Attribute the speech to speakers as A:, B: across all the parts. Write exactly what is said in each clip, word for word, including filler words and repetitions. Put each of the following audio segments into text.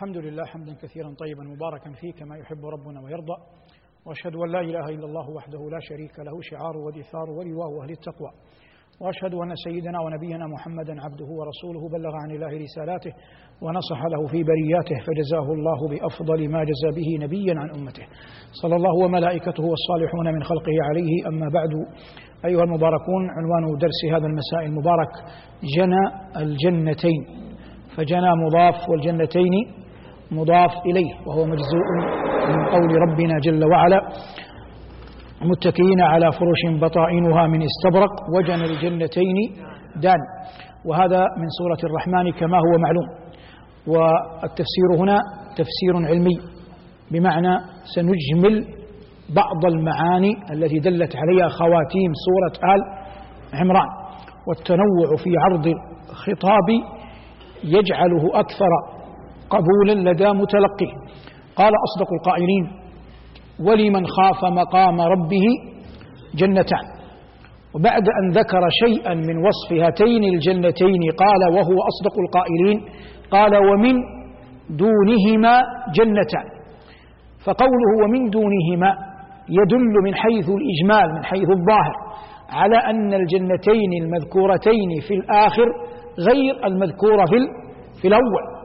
A: الحمد لله حمدا كثيرا طيبا مباركا فيه كما يحب ربنا ويرضى، وأشهد أن لا إله إلا الله وحده لا شريك له شعار ودثار ولواء أهل التقوى، وأشهد أن سيدنا ونبينا محمدا عبده ورسوله بلغ عن الله رسالاته ونصح له في برياته، فجزاه الله بأفضل ما جزى به نبيا عن أمته، صلى الله وملائكته والصالحون من خلقه عليه. أما بعد، أيها المباركون، عنوان درس هذا المساء المبارك جنى الجنتين، فجنى مضاف والجنتين مضاف إليه، وهو مجزوء من قول ربنا جل وعلا: متكئين على فرش بطائنها من استبرق وجنى الجنتين دان. وهذا من سورة الرحمن كما هو معلوم، والتفسير هنا تفسير علمي، بمعنى سنجمل بعض المعاني التي دلت عليها خواتيم سورة آل عمران، والتنوع في عرض الخطاب يجعله أكثر قبولا لدى متلقيه. قال أصدق القائلين: ولمن خاف مقام ربه جنتان. وبعد أن ذكر شيئا من وصف هاتين الجنتين قال وهو أصدق القائلين، قال: ومن دونهما جنتان. فقوله ومن دونهما يدل من حيث الإجمال، من حيث الظاهر، على أن الجنتين المذكورتين في الآخر غير المذكورة في, في الأول.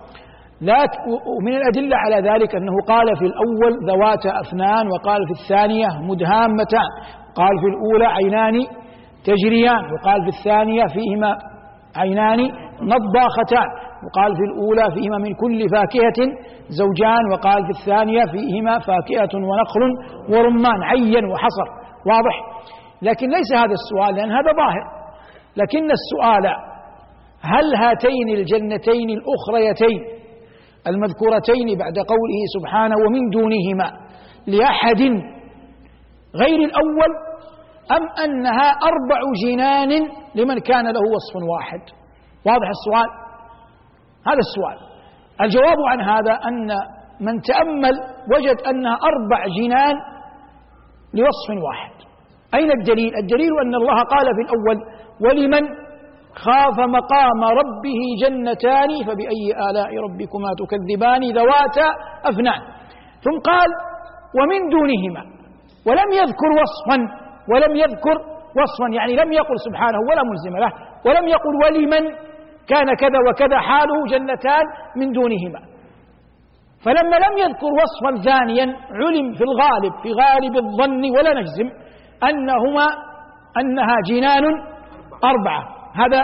A: ومن الأدلة على ذلك أنه قال في الأول ذوات أفنان، وقال في الثانية مدهامتان، قال في الأولى عينان تجريان، وقال في الثانية فيهما عينان نضاختان، وقال في الأولى فيهما من كل فاكهة زوجان، وقال في الثانية فيهما فاكهة ونخل ورمان. عين وحصر، واضح. لكن ليس هذا السؤال، لأن هذا ظاهر، لكن السؤال: هل هاتين الجنتين الأخريتين المذكورتين بعد قوله سبحانه ومن دونهما لأحد غير الأول، أم أنها أربع جنان لمن كان له وصف واحد؟ واضح السؤال؟ هذا السؤال. الجواب عن هذا أن من تأمل وجد أنها أربع جنان لوصف واحد. أين الدليل؟ الدليل أن الله قال في الأول: ولمن خاف مقام ربه جنتان فبأي آلاء ربكما تكذبان ذواتا أفنان. ثم قال: ومن دونهما، ولم يذكر وصفا، ولم يذكر وصفا يعني لم يقل سبحانه ولا ملزم له، ولم يقل ولمن كان كذا وكذا حاله جنتان من دونهما. فلما لم يذكر وصفا ثانيا علم في الغالب، في غالب الظن ولا نجزم، أنهما أنها جنان أربعة. هذا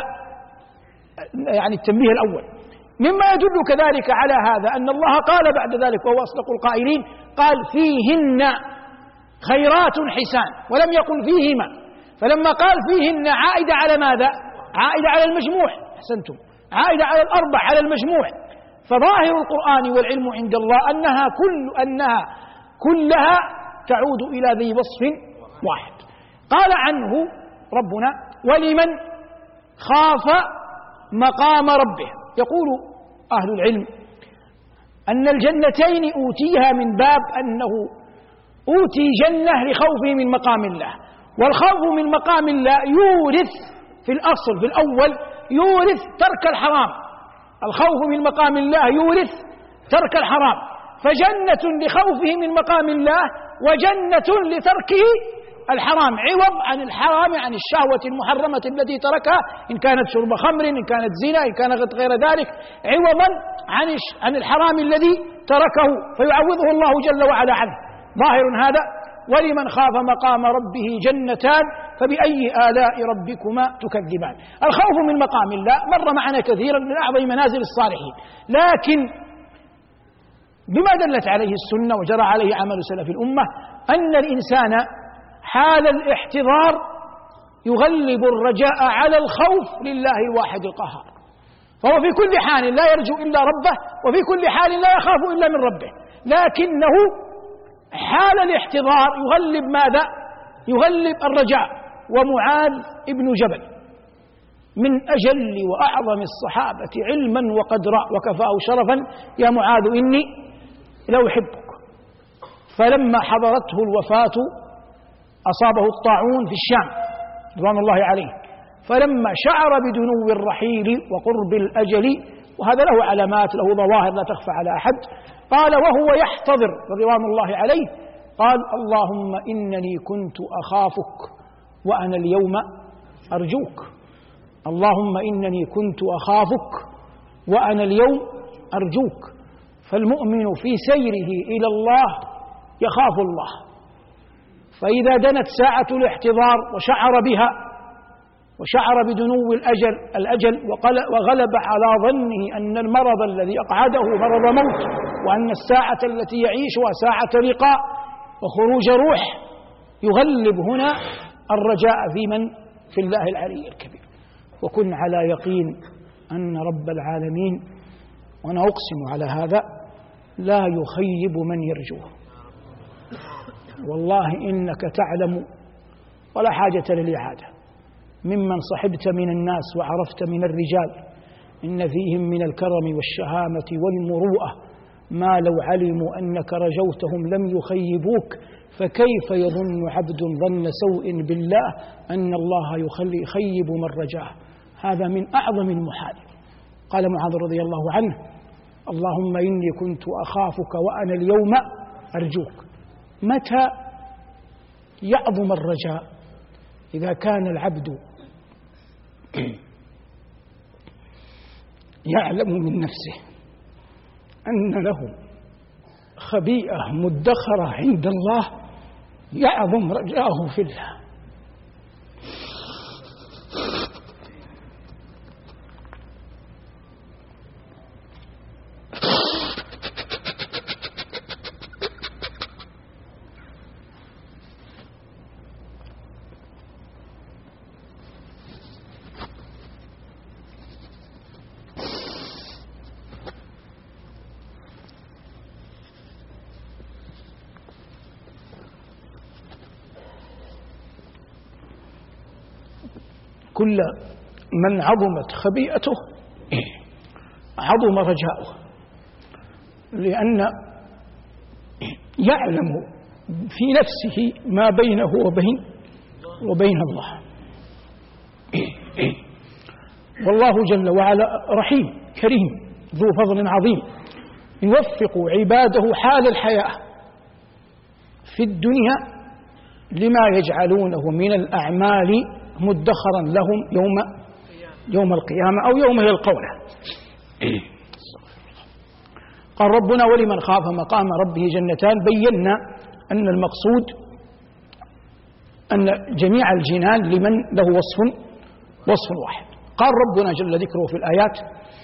A: يعني التنبيه الأول. مما يدل كذلك على هذا أن الله قال بعد ذلك وهو أصدق القائلين، قال: فيهن خيرات حسان، ولم يقل فيهما. فلما قال فيهن عائدة على ماذا؟ عائدة على المجموع. أحسنتم، عائدة على الأربع، على المجموع. فظاهر القرآن والعلم عند الله أنها كل أنها كلها تعود إلى ذي وصف واحد. قال عنه ربنا: ولمن خاف مقام ربه. يقول أهل العلم أن الجنتين أوتيها من باب أنه أوتي جنة لخوفه من مقام الله، والخوف من مقام الله يورث في الأصل في الأول يورث ترك الحرام. الخوف من مقام الله يورث ترك الحرام، فجنة لخوفه من مقام الله وجنة لتركه الحرام، عوض عن الحرام، عن الشهوة المحرمة التي تركها، إن كانت شرب خمر، إن كانت زنا، إن كانت غير ذلك، عوضا عن عن الحرام الذي تركه، فيعوضه الله جل وعلا عنه. ظاهر هذا. ولمن خاف مقام ربه جنتان فبأي آلاء ربكما تكذبان. الخوف من مقام الله مر معنا كثيرا، من أعظم منازل الصالحين، لكن بما دلت عليه السنة وجرى عليه عمل سلف الأمة أن الإنسان حال الاحتضار يغلب الرجاء على الخوف لله الواحد القهار، فهو في كل حال لا يرجو إلا ربه، وفي كل حال لا يخاف إلا من ربه، لكنه حال الاحتضار يغلب ماذا؟ يغلب الرجاء. ومعاذ ابن جبل من أجل وأعظم الصحابة علما وقدرا وكفاه شرفا: يا معاذ إني لو أحبك. فلما حضرته الوفاة أصابه الطاعون في الشام رضوان الله عليه، فلما شعر بدنو الرحيل وقرب الأجل وهذا له علامات، له ظواهر لا تخفى على أحد. قال وهو يحتضر رضوان الله عليه، قال اللهم إنني كنت أخافك وأنا اليوم أرجوك. اللهم إنني كنت أخافك وأنا اليوم أرجوك. فالمؤمن في سيره إلى الله يخاف الله، فإذا دنت ساعة الاحتضار وشعر بها وشعر بدنو الأجل الأجل وغلب على ظنه أن المرض الذي أقعده مرض موت، وأن الساعة التي يعيشها ساعة لقاء وخروج روح، يغلب هنا الرجاء في من؟ في الله العلي الكبير. وكن على يقين أن رب العالمين، وأنا أقسم على هذا، لا يخيب من يرجوه. والله إنك تعلم ولا حاجة للإعادة ممن صحبت من الناس وعرفت من الرجال إن فيهم من الكرم والشهامة والمروءة ما لو علموا أنك رجوتهم لم يخيبوك، فكيف يظن عبد ظن سوء بالله أن الله يخلي يخيب من رجاه؟ هذا من أعظم المحال. قال معاذ رضي الله عنه اللهم إني كنت أخافك وأنا اليوم أرجوك. متى يعظم الرجاء؟ إذا كان العبد يعلم من نفسه أن له خبيئة مدخرة عند الله يعظم رجاءه في الله. كل من عظمت خبيئته عظم رجاؤه، لأن يعلم في نفسه ما بينه وبين وبين الله. والله جل وعلا رحيم كريم ذو فضل عظيم، يوفق عباده حال الحياة في الدنيا لما يجعلونه من الأعمال مدخرا لهم يوم يوم القيامة أو يوم يلقونه. قال ربنا ولمن خاف مقام ربه جنتان. بينا أن المقصود أن جميع الجنان لمن له وصف وصف واحد. قال ربنا جل ذكره في الآيات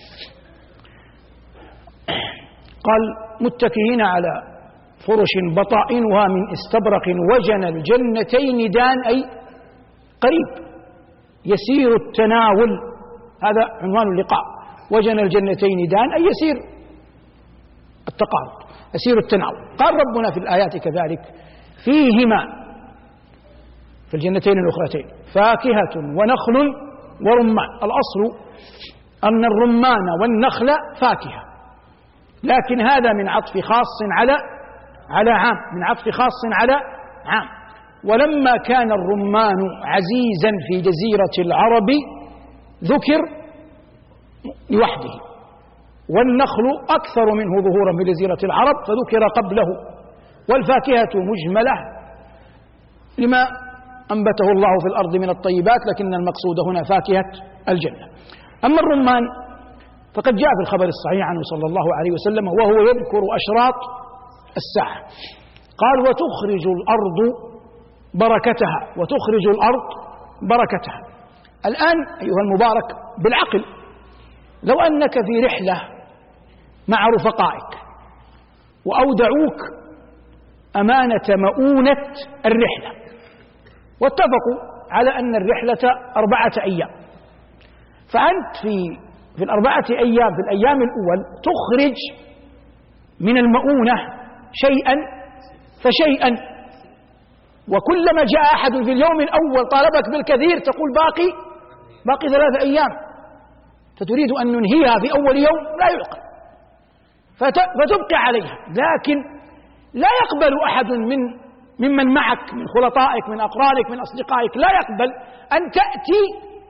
A: قال متكئين على فرش بطائنها من استبرق وجنى الجنتين دان، أي قريب يسير التناول، هذا عنوان اللقاء. وجنى الجنتين دان أي يسير التقارب، يسير التناول. قال ربنا في الآيات كذلك فيهما في الجنتين الأخرتين فاكهة ونخل ورمان. الأصل أن الرمان والنخل فاكهة، لكن هذا من عطف خاص على على عام، من عطف خاص على عام. ولما كان الرمان عزيزا في جزيرة العرب ذكر لوحده، والنخل أكثر منه ظهورا في جزيرة العرب فذكر قبله، والفاكهة مجملة لما أنبته الله في الأرض من الطيبات، لكن المقصود هنا فاكهة الجنة. أما الرمان فقد جاء في الخبر الصحيح عنه صلى الله عليه وسلم وهو يذكر أشراط الساعة، قال وتخرج الأرض بركتها، وتخرج الأرض بركتها. الآن أيها المبارك بالعقل، لو أنك في رحلة مع رفقائك وأودعوك أمانة مؤونة الرحلة، واتفقوا على أن الرحلة أربعة أيام، فأنت في في الأربعة أيام في الأيام الأول تخرج من المؤونة شيئا فشيئا، وكلما جاء أحد في اليوم الأول طالبك بالكثير تقول باقي باقي ثلاثة أيام، فتريد أن ننهيها في أول يوم، لا يعقل، فتبقي عليها. لكن لا يقبل أحد من ممن معك من خلطائك من أقرانك من أصدقائك، لا يقبل أن تأتي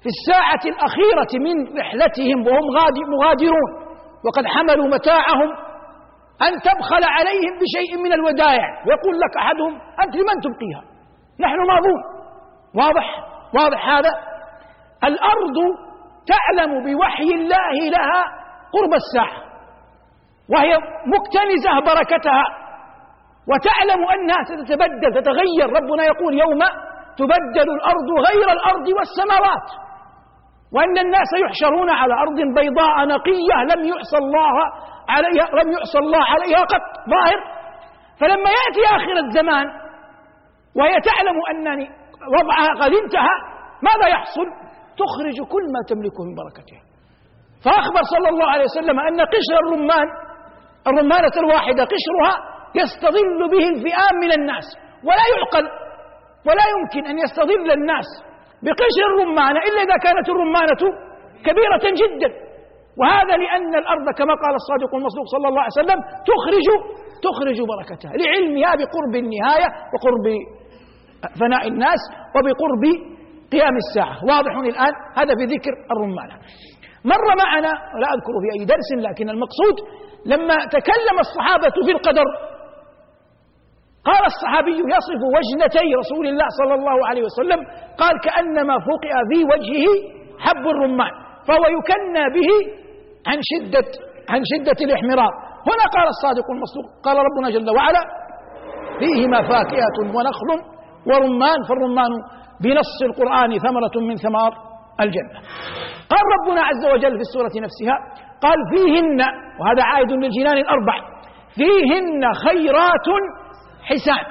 A: في الساعة الأخيرة من رحلتهم وهم مغادرون وقد حملوا متاعهم أن تبخل عليهم بشيء من الودائع، ويقول لك أحدهم: أنت لمن تبقيها؟ نحن ماضون. واضح واضح هذا. الأرض تعلم بوحي الله لها قرب الساعة، وهي مكتنزة بركتها، وتعلم أنها ستتبدل تتغير. ربنا يقول: يوم تبدل الأرض غير الأرض والسماوات، وأن الناس يحشرون على أرض بيضاء نقية لم يعصى الله عليها لم يعصى الله عليها قط. ظاهر. فلما يأتي آخر الزمان وهي تعلم أن وضعها قد انتهى، ماذا يحصل؟ تخرج كل ما تملكه من بركتها. فأخبر صلى الله عليه وسلم أن قشر الرمان الرمانة الواحدة قشرها يستظل به الفئام من الناس، ولا يعقل ولا يمكن أن يستظل الناس بقشر الرمانة إلا إذا كانت الرمانة كبيرة جدا. وهذا لأن الأرض كما قال الصادق المصدوق صلى الله عليه وسلم تخرج تخرج بركتها، لعلمها بقرب النهاية وقرب فناء الناس وبقرب قيام الساعة. واضح الآن. هذا في ذكر الرمانة. مر معنا ولا أذكر في أي درس، لكن المقصود لما تكلم الصحابة في القدر قال الصحابي يصف وجنتي رسول الله صلى الله عليه وسلم، قال: كأنما فوقئ في وجهه حب الرمان، فهو يكنى به عن شدة عن شدة الاحمرار. هنا قال الصادق المصدوق، قال ربنا جل وعلا: فيهما فاكهة ونخل ورمان، فالرمان بنص القرآن ثمرة من ثمار الجنة. قال ربنا عز وجل في السورة نفسها، قال: فيهن، وهذا عائد للجنان الأربع، فيهن خيرات حسان.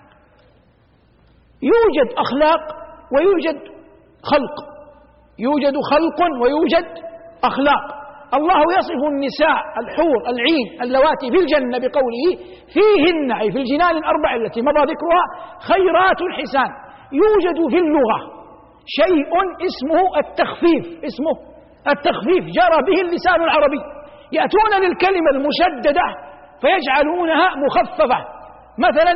A: يوجد أخلاق ويوجد خلق، يوجد خلق ويوجد أخلاق. الله يصف النساء الحور العين اللواتي في الجنة بقوله: فيهن، أي في الجنان الأربع التي مضى ذكرها، خيرات حسان. يوجد في اللغة شيء اسمه التخفيف اسمه التخفيف جرى به اللسان العربي. يأتون للكلمة المشددة فيجعلونها مخففة. مثلا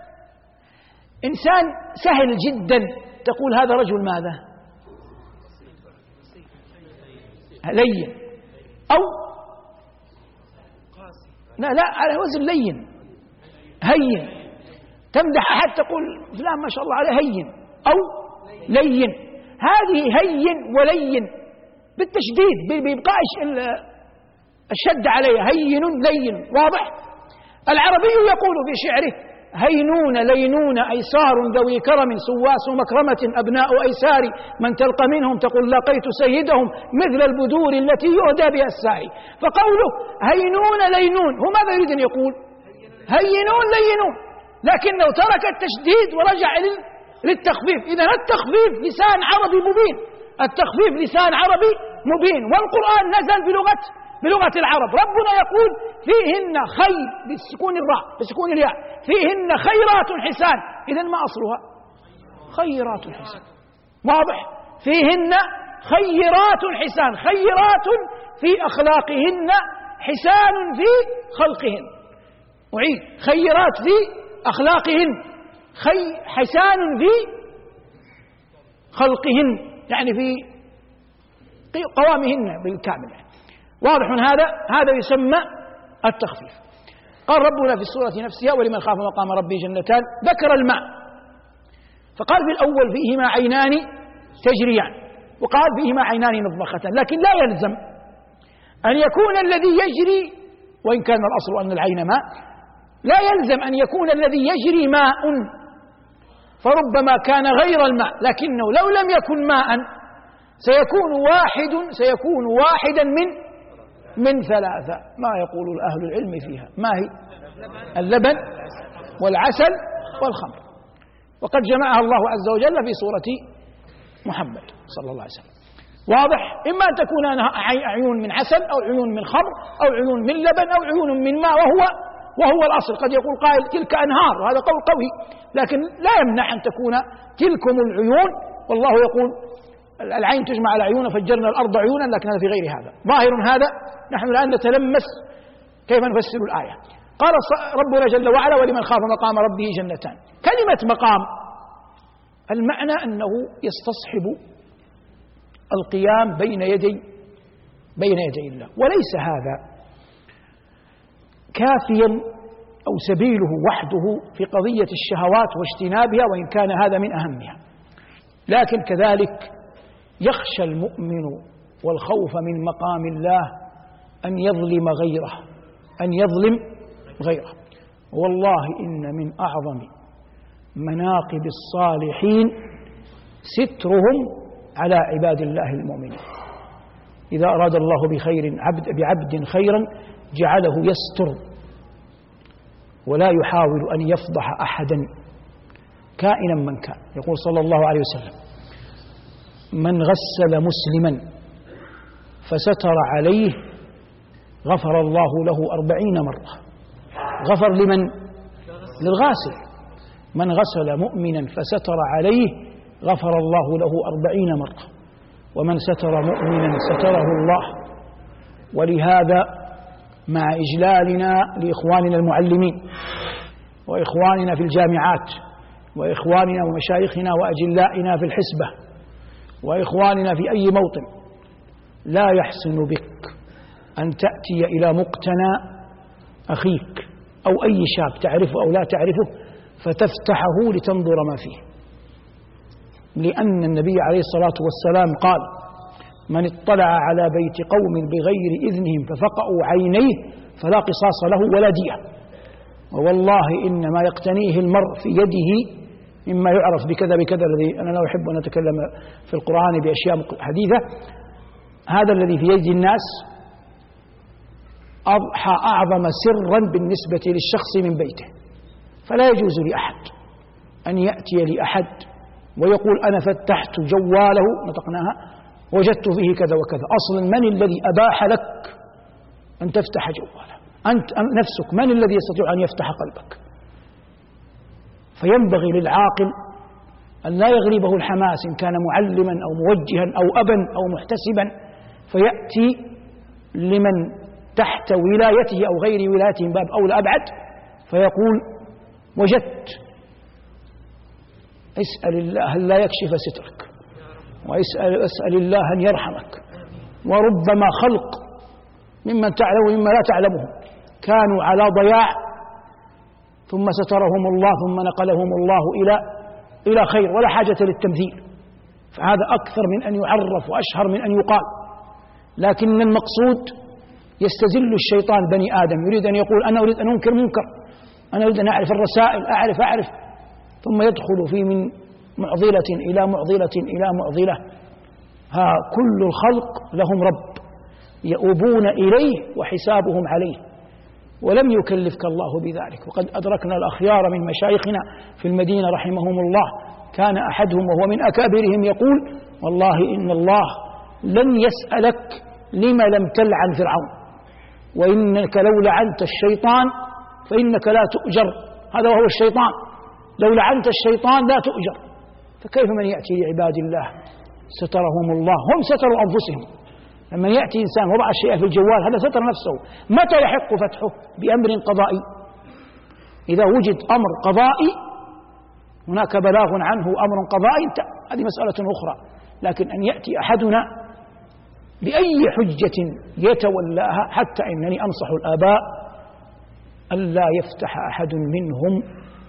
A: إنسان سهل جدا تقول هذا رجل ماذا؟ لين، أو لا لا على وزن لين، هين. تمدح أحد تقول فلان ما شاء الله عليه هين أو لين. هذه هين ولين بالتشديد بإبقاء الشد عليها، هين لين. واضح؟ العربي يقول في شعره: هينون لينون أيسار ذوي كرم سواس مكرمة أبناء أيسار، من تلقى منهم تقول لقيت سيدهم مثل البدور التي يهدى بها الساعي. فقوله هينون لينون هو ماذا يريد أن يقول؟ هينون لينون، لكنه ترك التشديد ورجع للتخفيف. إذن التخفيف لسان عربي مبين، التخفيف لسان عربي مبين، والقرآن نزل بلغة بلغة العرب. ربنا يقول: فيهن خير بسكون الراء بسكون الياء، فيهن خيرات حسان. إذن ما أصلها؟ خيرات حسان. واضح؟ فيهن خيرات حسان، خيرات في أخلاقهن، حسان في خلقهن. أعيد: خيرات في أخلاقهن، خي حسان في خلقهن، يعني في قوامهن بالكامل. واضح هذا؟ هذا يسمى التخفيف. قال ربنا في السورة نفسها: ولمن خاف مقام ربه جنتان. ذكر الماء فقال في الأول: فيهما عينان تجريان، وقال: فيهما عينان نضختان. لكن لا يلزم أن يكون الذي يجري، وإن كان الأصل أن العين ماء، لا يلزم أن يكون الذي يجري ماء، فربما كان غير الماء. لكنه لو لم يكن ماء سيكون واحد سيكون واحدا من من ثلاثة، ما يقول أهل العلم فيها. ما هي؟ اللبن والعسل والخمر، وقد جمعها الله عز وجل في سورة محمد صلى الله عليه وسلم. واضح؟ إما أن تكون عيون من عسل أو عيون من خمر أو عيون من لبن أو عيون من ماء، وهو وهو الأصل. قد يقول قائل تلك أنهار، وهذا قول قوي، لكن لا يمنع أن تكون تلكم العيون. والله يقول: العين تجمع على عيون فجرنا الأرض عيونا، لكن هذا في غير هذا. ظاهر هذا. نحن الآن نتلمس كيف نفسر الآية. قال ربنا جل وعلا: ولمن خاف مقام ربه جنتان. كلمة مقام المعنى أنه يستصحب القيام بين يدي بين يدي الله. وليس هذا كافيا أو سبيله وحده في قضية الشهوات واجتنابها، وإن كان هذا من أهمها، لكن كذلك يخشى المؤمن والخوف من مقام الله أن يظلم غيره أن يظلم غيره. والله إن من أعظم مناقب الصالحين سترهم على عباد الله المؤمنين. إذا أراد الله بخير عبد بعبد خيرا جعله يستر ولا يحاول أن يفضح أحدا كائنا من كان. يقول صلى الله عليه وسلم: من غسل مسلما فستر عليه غفر الله له أربعين مرة. غفر لمن؟ للغاسل. من غسل مؤمنا فستر عليه غفر الله له أربعين مرة، ومن ستر مؤمنا ستره الله. ولهذا مع إجلالنا لإخواننا المعلمين وإخواننا في الجامعات وإخواننا ومشايخنا وأجلائنا في الحسبة وإخواننا في أي موطن، لا يحسن بك أن تأتي إلى مقتنى أخيك أو أي شاب تعرفه أو لا تعرفه فتفتحه لتنظر ما فيه، لأن النبي عليه الصلاة والسلام قال: من اطلع على بيت قوم بغير إذنهم ففقأوا عينيه فلا قصاص له ولا دية. ووالله إنما يقتنيه المرء في يده مما يعرف بكذا بكذا، الذي أنا لا أحب أن أتكلم في القرآن بأشياء حديثة، هذا الذي في يد الناس أضحى أعظم سرا بالنسبة للشخص من بيته. فلا يجوز لأحد أن يأتي لأحد ويقول: أنا فتحت جواله، نطقناها، وجدت فيه كذا وكذا. أصلا من الذي أباح لك أن تفتح جواله؟ أنت نفسك. من الذي يستطيع أن يفتح قلبك؟ فينبغي للعاقل أن لا يغلبه الحماس إن كان معلما أو موجها أو أبا أو محتسبا، فيأتي لمن تحت ولايته أو غير ولايته من باب أولى أبعد فيقول: وجدت. اسأل الله أن لا يكشف سترك، واسأل اسأل الله أن يرحمك. وربما خلق ممن تعلم ومما لا تعلمه كانوا على ضياع ثم سترهم الله ثم نقلهم الله إلى إلى خير، ولا حاجة للتمثيل. فهذا أكثر من أن يعرف وأشهر من أن يقال. لكن المقصود يستزل الشيطان بني آدم، يريد أن يقول: أنا أريد أن أنكر منكر، أنا أريد أن أعرف الرسائل، أعرف أعرف ثم يدخل في من معضلة إلى معضلة إلى معضلة. ها كل الخلق لهم رب يؤوبون إليه وحسابهم عليه، ولم يكلفك الله بذلك. وقد أدركنا الأخيار من مشايخنا في المدينة رحمهم الله، كان أحدهم وهو من أكابرهم يقول: والله إن الله لن يسألك لما لم تلعن فرعون، وإنك لو لعنت الشيطان فإنك لا تؤجر. هذا وهو الشيطان، لو لعنت الشيطان لا تؤجر. فكيف من يأتي لعباد الله سترهم الله؟ هم ستروا أنفسهم. لما يأتي إنسان وضع الشيء في الجوال هذا ستر نفسه. متى يحق فتحه؟ بأمر قضائي. إذا وجد أمر قضائي هناك بلاغ عنه أمر قضائي، هذه مسألة أخرى. لكن أن يأتي أحدنا بأي حجة يتولاها، حتى إنني أنصح الآباء ألا يفتح أحد منهم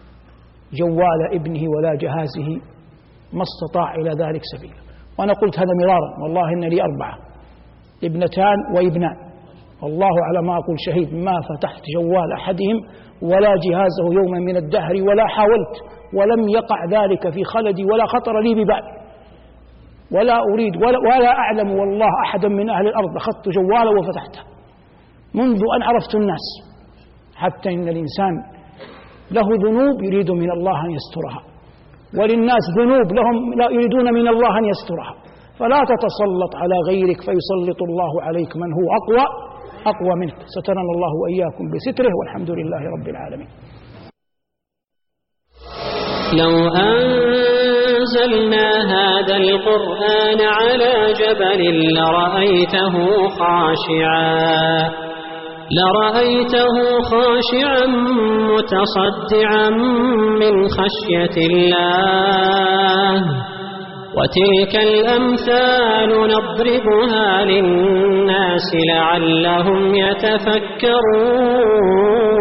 A: جوال ابنه ولا جهازه ما استطاع إلى ذلك سبيلا. وأنا قلت هذا مرارا، والله إن لي أربعة، ابنتان وابنان، والله على ما أقول شهيد، ما فتحت جوال أحدهم ولا جهازه يوما من الدهر، ولا حاولت، ولم يقع ذلك في خلدي ولا خطر لي ببال، ولا أريد ولا, ولا أعلم والله أحدا من أهل الأرض أخذت جواله وفتحته منذ أن عرفت الناس. حتى إن الإنسان له ذنوب يريد من الله أن يسترها، وللناس ذنوب لهم لا يريدون من الله أن يسترها. فلا تتسلط على غيرك فيسلط الله عليك من هو أقوى أقوى منك. سترنا الله وإياكم بستره، والحمد لله رب العالمين.
B: لو أنزلنا هذا القرآن على جبل لرأيته خاشعا لرأيته خاشعا متصدعا من خشية الله وتلك الأمثال نضربها للناس لعلهم يتفكرون